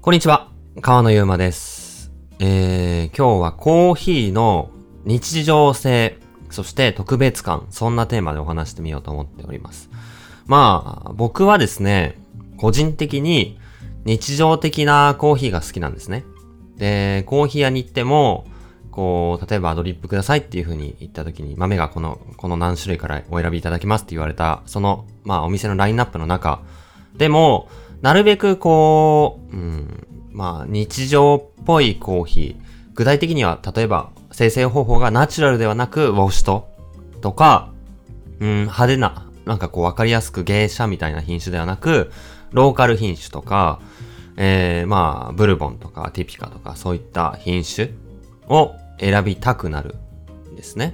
こんにちは、川野ゆうまです。今日はコーヒーの日常性、そして特別感、そんなテーマでお話してみようと思っております。僕はですね、個人的に日常的なコーヒーが好きなんですね。で、コーヒー屋に行っても、例えばドリップくださいっていう風に言った時に、豆がこの何種類からお選びいただきますって言われた、その、お店のラインナップの中でも、なるべく日常っぽいコーヒー。具体的には、例えば、生成方法がナチュラルではなく、ウォシュトとか、派手な、わかりやすく芸者みたいな品種ではなく、ローカル品種とか、ブルボンとか、ティピカとか、そういった品種を選びたくなるんですね。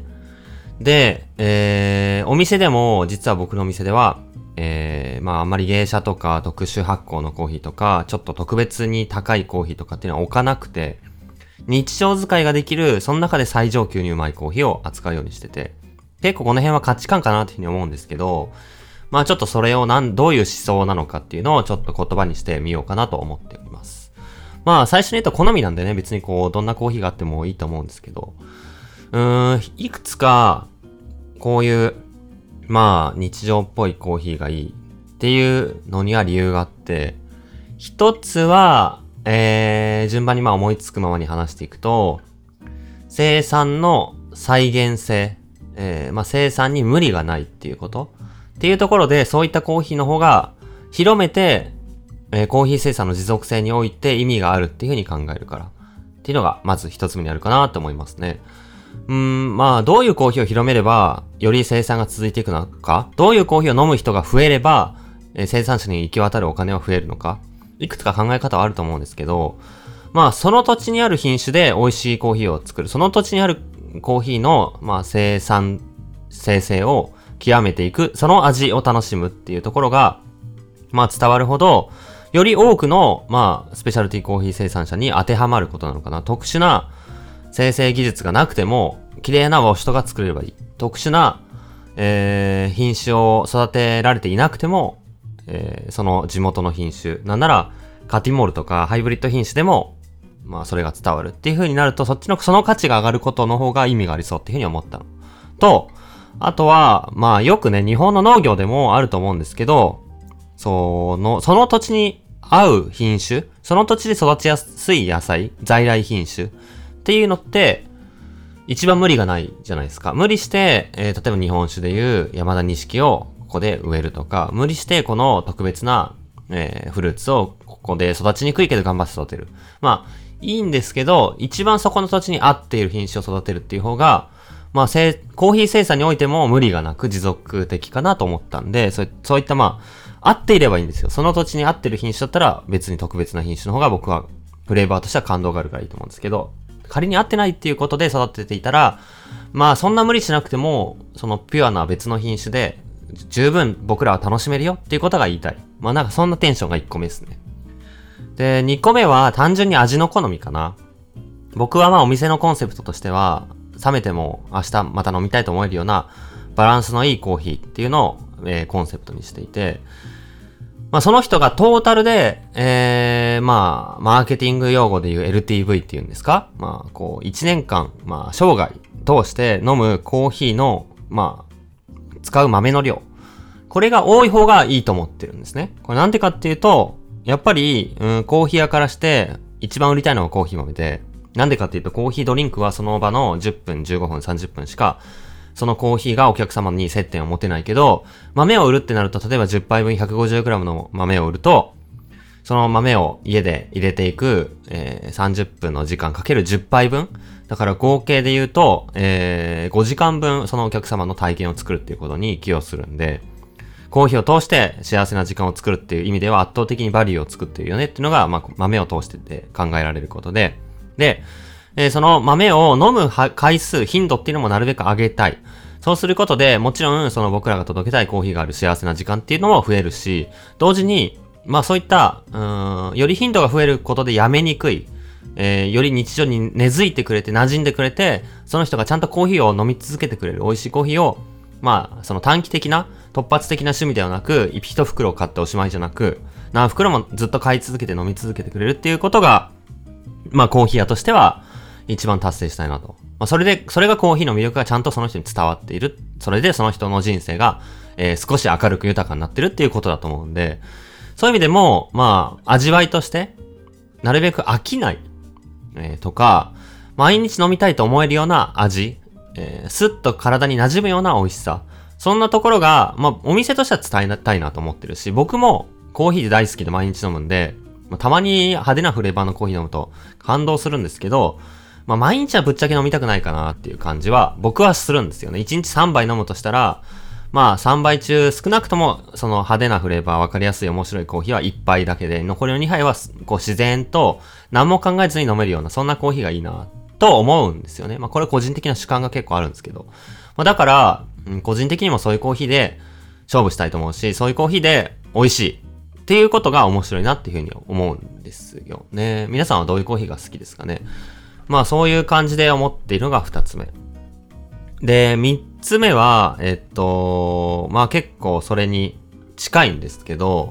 で、お店でも、実は僕のお店では、あんまり芸者とか特殊発酵のコーヒーとか、ちょっと特別に高いコーヒーとかっていうのは置かなくて、日常使いができる、その中で最上級にうまいコーヒーを扱うようにしてて、結構この辺は価値観かなというふうに思うんですけど、ちょっとそれをどういう思想なのかっていうのをちょっと言葉にしてみようかなと思っております。最初に言うと好みなんでね、別にどんなコーヒーがあってもいいと思うんですけど、いくつか、こういう、日常っぽいコーヒーがいいっていうのには理由があって、一つは、順番に思いつくままに話していくと、生産の再現性、生産に無理がないっていうことっていうところで、そういったコーヒーの方が広めて、コーヒー生産の持続性において意味があるっていうふうに考えるからっていうのがまず一つ目にあるかなと思いますね。どういうコーヒーを広めればより生産が続いていくのか、どういうコーヒーを飲む人が増えれば、生産者に行き渡るお金は増えるのか、いくつか考え方はあると思うんですけど、その土地にある品種で美味しいコーヒーを作る。その土地にあるコーヒーの、生成を極めていく。その味を楽しむっていうところが、伝わるほど、より多くの、スペシャルティコーヒー生産者に当てはまることなのかな。特殊な生成技術がなくても、綺麗なウォシュトが作れればいい。特殊な、品種を育てられていなくても、その地元の品種。なんなら、カティモールとかハイブリッド品種でも、それが伝わるっていう風になると、その価値が上がることの方が意味がありそうっていう風に思ったの。と、あとは、よくね、日本の農業でもあると思うんですけど、その土地に合う品種、その土地で育ちやすい野菜、在来品種っていうのって、一番無理がないじゃないですか。無理して、例えば日本酒でいう山田錦をここで植えるとか、無理してこの特別な、フルーツをここで育ちにくいけど頑張って育てる。いいんですけど、一番そこの土地に合っている品種を育てるっていう方が、コーヒー生産においても無理がなく持続的かなと思ったんで、そういった合っていればいいんですよ。その土地に合ってる品種だったら別に特別な品種の方が僕はフレーバーとしては感動があるからいいと思うんですけど、仮に合ってないっていうことで育てていたら、そんな無理しなくても、そのピュアな別の品種で十分僕らは楽しめるよっていうことが言いたい。そんなテンションが1個目ですね。で、2個目は単純に味の好みかな。僕はお店のコンセプトとしては、冷めても明日また飲みたいと思えるようなバランスのいいコーヒーっていうのを、コンセプトにしていて、その人がトータルで、マーケティング用語でいう LTV っていうんですか1年間、生涯通して飲むコーヒーの、使う豆の量。これが多い方がいいと思ってるんですね。これなんでかっていうと、やっぱり、コーヒー屋からして一番売りたいのはコーヒー豆で、なんでかっていうとコーヒードリンクはその場の10分、15分、30分しか、そのコーヒーがお客様に接点を持てないけど、豆を売るってなると、例えば10杯分 150g の豆を売ると、その豆を家で入れていく、30分の時間かける10杯分。だから合計で言うと、5時間分そのお客様の体験を作るっていうことに寄与するんで、コーヒーを通して幸せな時間を作るっていう意味では圧倒的にバリューを作っているよねっていうのが、豆を通してて考えられることで、その豆を飲む回数、頻度っていうのもなるべく上げたい。そうすることで、もちろんその僕らが届けたいコーヒーがある幸せな時間っていうのも増えるし、同時に、そういった、より頻度が増えることでやめにくい、より日常に根付いてくれて、馴染んでくれて、その人がちゃんとコーヒーを飲み続けてくれる、美味しいコーヒーを、その短期的な、突発的な趣味ではなく、一袋買っておしまいじゃなく、 何袋もずっと買い続けて飲み続けてくれるっていうことが、まあコーヒー屋としては一番達成したいなと。まあそれがコーヒーの魅力がちゃんとその人に伝わっている。それでその人の人生が、少し明るく豊かになってるっていうことだと思うんで、そういう意味でも、まあ味わいとして、なるべく飽きない、とか、毎日飲みたいと思えるような味、スッと体に馴染むような美味しさ。そんなところが、まあお店としては伝えたいなと思ってるし、僕もコーヒー大好きで毎日飲むんで、まあ、たまに派手なフレーバーのコーヒー飲むと感動するんですけど、まあ毎日はぶっちゃけ飲みたくないかなっていう感じは僕はするんですよね。1日3杯飲むとしたら、まあ3杯中少なくともその派手なフレーバー、わかりやすい面白いコーヒーは1杯だけで、残りの2杯はこう自然と何も考えずに飲めるようなそんなコーヒーがいいなと思うんですよね。まあこれ個人的な主観が結構あるんですけど。まあだから、個人的にもそういうコーヒーで勝負したいと思うし、そういうコーヒーで美味しいっていうことが面白いなっていうふうに思うんですよね。皆さんはどういうコーヒーが好きですかね。まあそういう感じで思っているのが2つ目。で、3つ目は、まあ結構それに近いんですけど、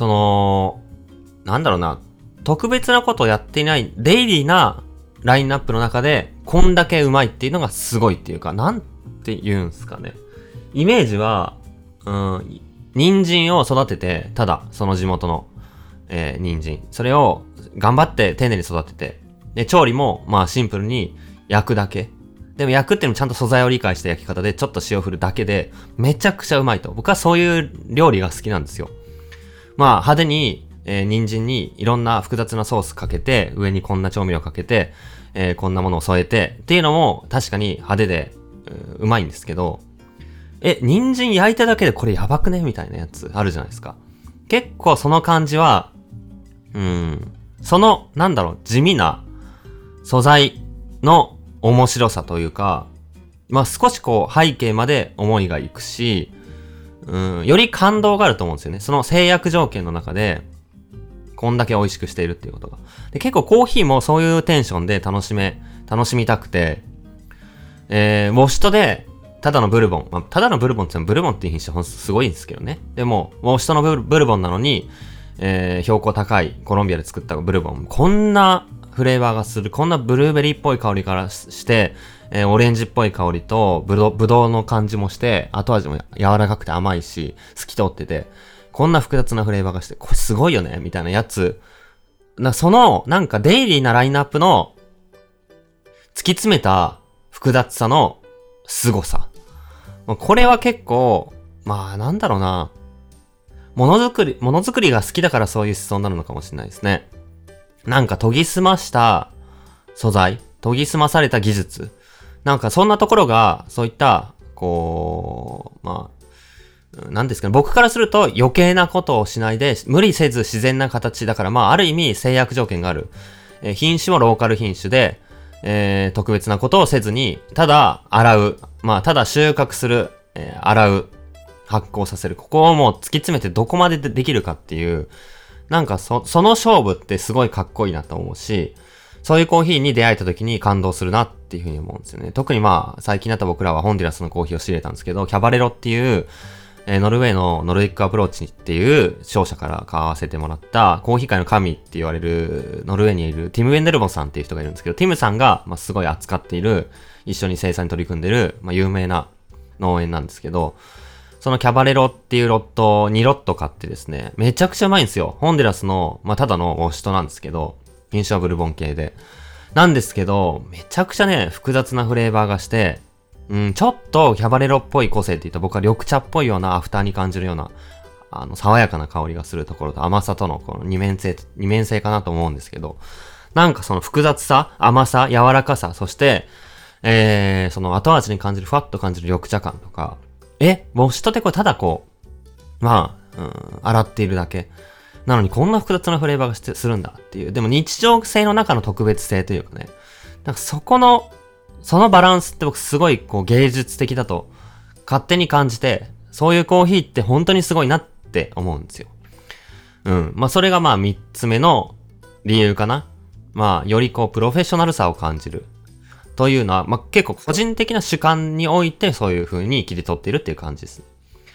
なんだろうな、特別なことをやっていないデイリーなラインナップの中で、こんだけうまいっていうのがすごいっていうか、なんて言うんすかね。イメージは、人参を育てて、ただ、その地元の、人参。それを頑張って丁寧に育てて、で、調理も、まあシンプルに焼くだけ。でも焼くっていうのもちゃんと素材を理解した焼き方で、ちょっと塩振るだけで、めちゃくちゃうまいと。僕はそういう料理が好きなんですよ。まあ派手に、人参にいろんな複雑なソースかけて、上にこんな調味料かけて、こんなものを添えて、っていうのも確かに派手で、うまいんですけど、人参焼いただけでこれやばくねみたいなやつあるじゃないですか。結構その感じは、その、なんだろう、地味な素材の面白さというか、まあ少しこう背景まで思いがいくし、より感動があると思うんですよね。その制約条件の中で、こんだけ美味しくしているっていうことが。で、結構コーヒーもそういうテンションで楽しみたくて、ウォッシュトで、ただのブルボン。まあ、ただのブルボンって言ってもブルボンっていう品種はほんとすごいんですけどね。でも、ウォッシュトのブルボンなのに、標高高いコロンビアで作ったブルボン。こんなフレーバーがする。こんなブルーベリーっぽい香りからして、オレンジっぽい香りとブドウの感じもして、後味も柔らかくて甘いし、透き通ってて、こんな複雑なフレーバーがして、これすごいよねみたいなやつ。その、なんかデイリーなラインナップの、突き詰めた複雑さの凄さ。これは結構、まあなんだろうな。ものづくりが好きだからそういう思想になるのかもしれないですね。なんか研ぎ澄ました素材、研ぎ澄まされた技術。なんかそんなところが、そういった、こう、まあ、なんですかね。僕からすると余計なことをしないで、無理せず自然な形だから、まあある意味制約条件がある。品種もローカル品種で、特別なことをせずに、ただ洗う。まあただ収穫する。洗う。発酵させる。ここをもう突き詰めてどこまでできるかっていう、なんかその勝負ってすごいかっこいいなと思うし、そういうコーヒーに出会えた時に感動するなっていうふうに思うんですよね。特にまあ、最近だった僕らはホンデュラスのコーヒーを仕入れたんですけど、キャバレロっていう、ノルウェーのノルディックアプローチっていう商社から買わせてもらったコーヒー界の神って言われるノルウェーにいるティム・ウェンデルボンさんっていう人がいるんですけど、ティムさんが、まあ、すごい扱っている、一緒に生産に取り組んでる、まあ、有名な農園なんですけど、そのキャバレロっていうロットを2ロット買ってですね、めちゃくちゃうまいんですよ。ホンデュラスの、まあ、ただのウォッシュトなんですけど、品種はブルボン系で。なんですけど、めちゃくちゃね、複雑なフレーバーがして、ちょっとキャバレロっぽい個性って言ったら僕は緑茶っぽいようなアフターに感じるような、爽やかな香りがするところと甘さとのこの二面性かなと思うんですけど、なんかその複雑さ、甘さ、柔らかさ、そして、その後味に感じる、ふわっと感じる緑茶感とか、ウォッシュトってこれただこう、まあ、洗っているだけ。なのにこんな複雑なフレーバーがするんだっていう。でも日常性の中の特別性というかね。なんかそのバランスって僕すごいこう芸術的だと勝手に感じて、そういうコーヒーって本当にすごいなって思うんですよ。まあそれがまあ3つ目の理由かな。まあよりこうプロフェッショナルさを感じる。というのは、まあ結構個人的な主観においてそういう風に切り取っているっていう感じですね。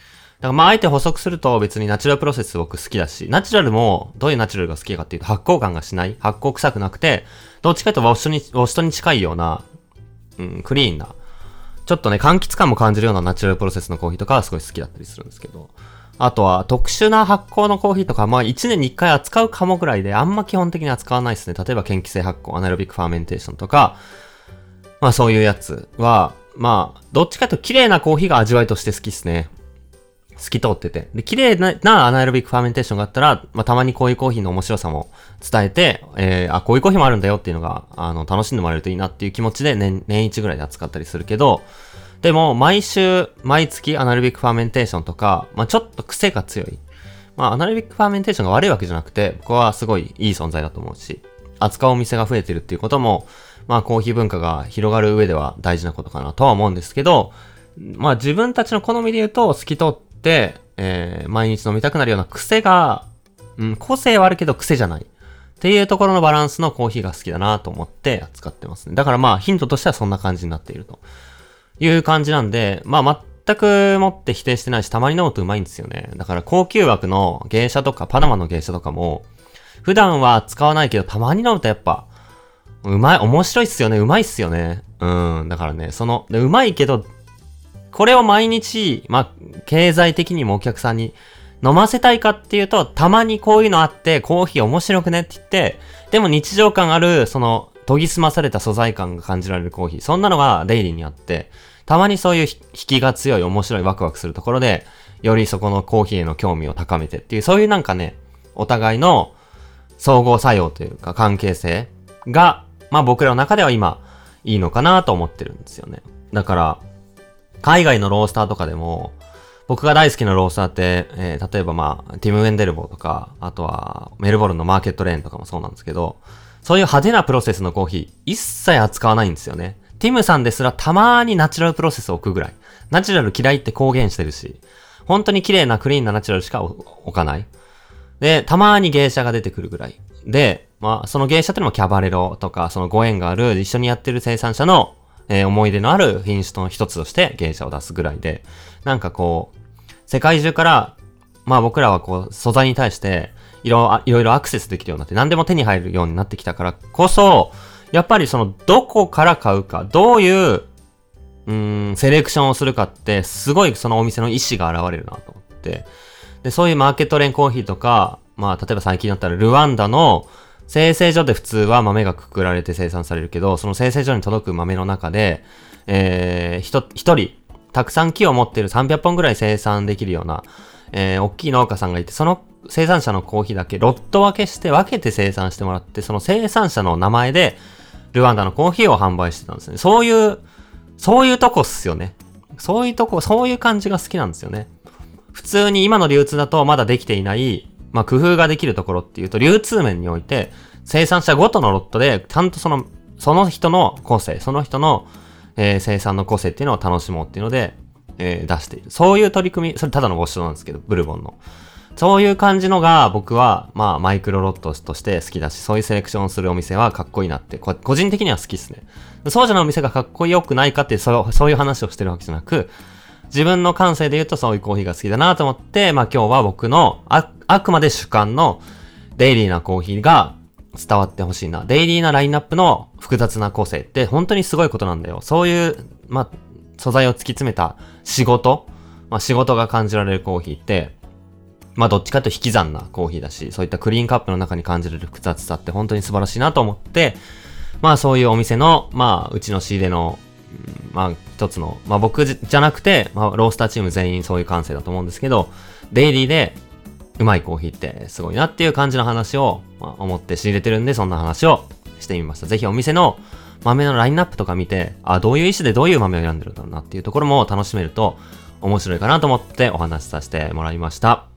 からまあ、あえて補足すると別にナチュラルプロセス僕好きだし、ナチュラルもどういうナチュラルが好きかっていうと発酵感がしない、発酵臭くなくて、どっちかというとウォシュトに近いような、クリーンな、ちょっとね、柑橘感も感じるようなナチュラルプロセスのコーヒーとかはすごい好きだったりするんですけど、あとは特殊な発酵のコーヒーとか、まあ1年に1回扱うかもぐらいで、あんま基本的に扱わないですね。例えば嫌気性発酵、アナロビックファーメンテーションとか、まあそういうやつは、まあ、どっちかというと綺麗なコーヒーが味わいとして好きですね。透き通ってて。で、綺麗なアナエロビックファーメンテーションがあったら、まあ、たまにこういうコーヒーの面白さも伝えて、こういうコーヒーもあるんだよっていうのが、楽しんでもらえるといいなっていう気持ちで年一ぐらいで扱ったりするけど、でも、毎月アナエロビックファーメンテーションとか、まあ、ちょっと癖が強い。まあ、アナエロビックファーメンテーションが悪いわけじゃなくて、僕はすごいいい存在だと思うし、扱うお店が増えてるっていうことも、まあ、コーヒー文化が広がる上では大事なことかなとは思うんですけど、まあ、自分たちの好みで言うと、透き通って、毎日飲みたくなるような癖が、個性はあるけど癖じゃない。っていうところのバランスのコーヒーが好きだなと思って扱ってますね。だからまあ、ヒントとしてはそんな感じになっているという感じなんで、まあ、全くもって否定してないし、たまに飲むとうまいんですよね。だから高級枠の芸者とか、パナマの芸者とかも、普段は使わないけど、たまに飲むとやっぱ、うまい、面白いっすよね、うまいっすよね。だからね、うまいけど、これを毎日、まあ、経済的にもお客さんに飲ませたいかっていうと、たまにこういうのあって、コーヒー面白くねって言って、でも日常感ある、研ぎ澄まされた素材感が感じられるコーヒー。そんなのがデイリーにあって、たまにそういう引きが強い、面白い、ワクワクするところで、よりそこのコーヒーへの興味を高めてっていう、そういうなんかね、お互いの相互作用というか関係性が、まあ僕らの中では今、いいのかなと思ってるんですよね。だから、海外のロースターとかでも、僕が大好きなロースターって、例えばまあ、ティム・ウェンデルボーとか、あとはメルボルンのマーケットレーンとかもそうなんですけど、そういう派手なプロセスのコーヒー、一切扱わないんですよね。ティムさんですらたまーにナチュラルプロセスを置くぐらい。ナチュラル嫌いって公言してるし、本当に綺麗なクリーンなナチュラルしか置かない。で、たまーに芸者が出てくるぐらい。で、まあ、その芸者ってのもキャバレロとか、そのご縁がある、一緒にやってる生産者の思い出のある品種の一つとして芸者を出すぐらいで、なんかこう、世界中から、まあ僕らはこう、素材に対して、いろいろアクセスできるようになって、何でも手に入るようになってきたからこそ、やっぱりどこから買うか、どういう、セレクションをするかって、すごいそのお店の意思が現れるなと思って、で、そういうマーケットレーンコーヒーとか、まあ例えば最近だったらルワンダの、生成所で普通は豆がくくられて生産されるけど、その生成所に届く豆の中で、一人、たくさん木を持っている300本ぐらい生産できるような、大きい農家さんがいて、その生産者のコーヒーだけロット分けして分けて生産してもらって、その生産者の名前で、ルワンダのコーヒーを販売してたんですね。そういうとこっすよね。そういう感じが好きなんですよね。普通に今の流通だとまだできていない、まあ、工夫ができるところっていうと、流通面において、生産者ごとのロットで、ちゃんとその人の個性、その人の、生産の個性っていうのを楽しもうっていうので、出している。そういう取り組み、それただのウォッシュなんですけど、ブルボンの。そういう感じのが、僕は、まあ、マイクロロットとして好きだし、そういうセレクションするお店はかっこいいなって、個人的には好きですね。そうじゃないお店がかっこよくないかって、そういう話をしてるわけじゃなく、自分の感性で言うとそういうコーヒーが好きだなと思って、まあ今日は僕のあくまで主観のデイリーなコーヒーが伝わってほしいな。デイリーなラインナップの複雑な個性って本当にすごいことなんだよ。そういう、まあ、素材を突き詰めた仕事が感じられるコーヒーって、まあどっちかというと引き算なコーヒーだし、そういったクリーンカップの中に感じられる複雑さって本当に素晴らしいなと思って、まあそういうお店の、まあうちの仕入れのまあ一つの、まあ僕じゃなくて、まあロースターチーム全員そういう感性だと思うんですけど、デイリーでうまいコーヒーってすごいなっていう感じの話を、まあ、思って仕入れてるんで、そんな話をしてみました。ぜひお店の豆のラインナップとか見て、どういう意思でどういう豆を選んでるんだろうなっていうところも楽しめると面白いかなと思ってお話しさせてもらいました。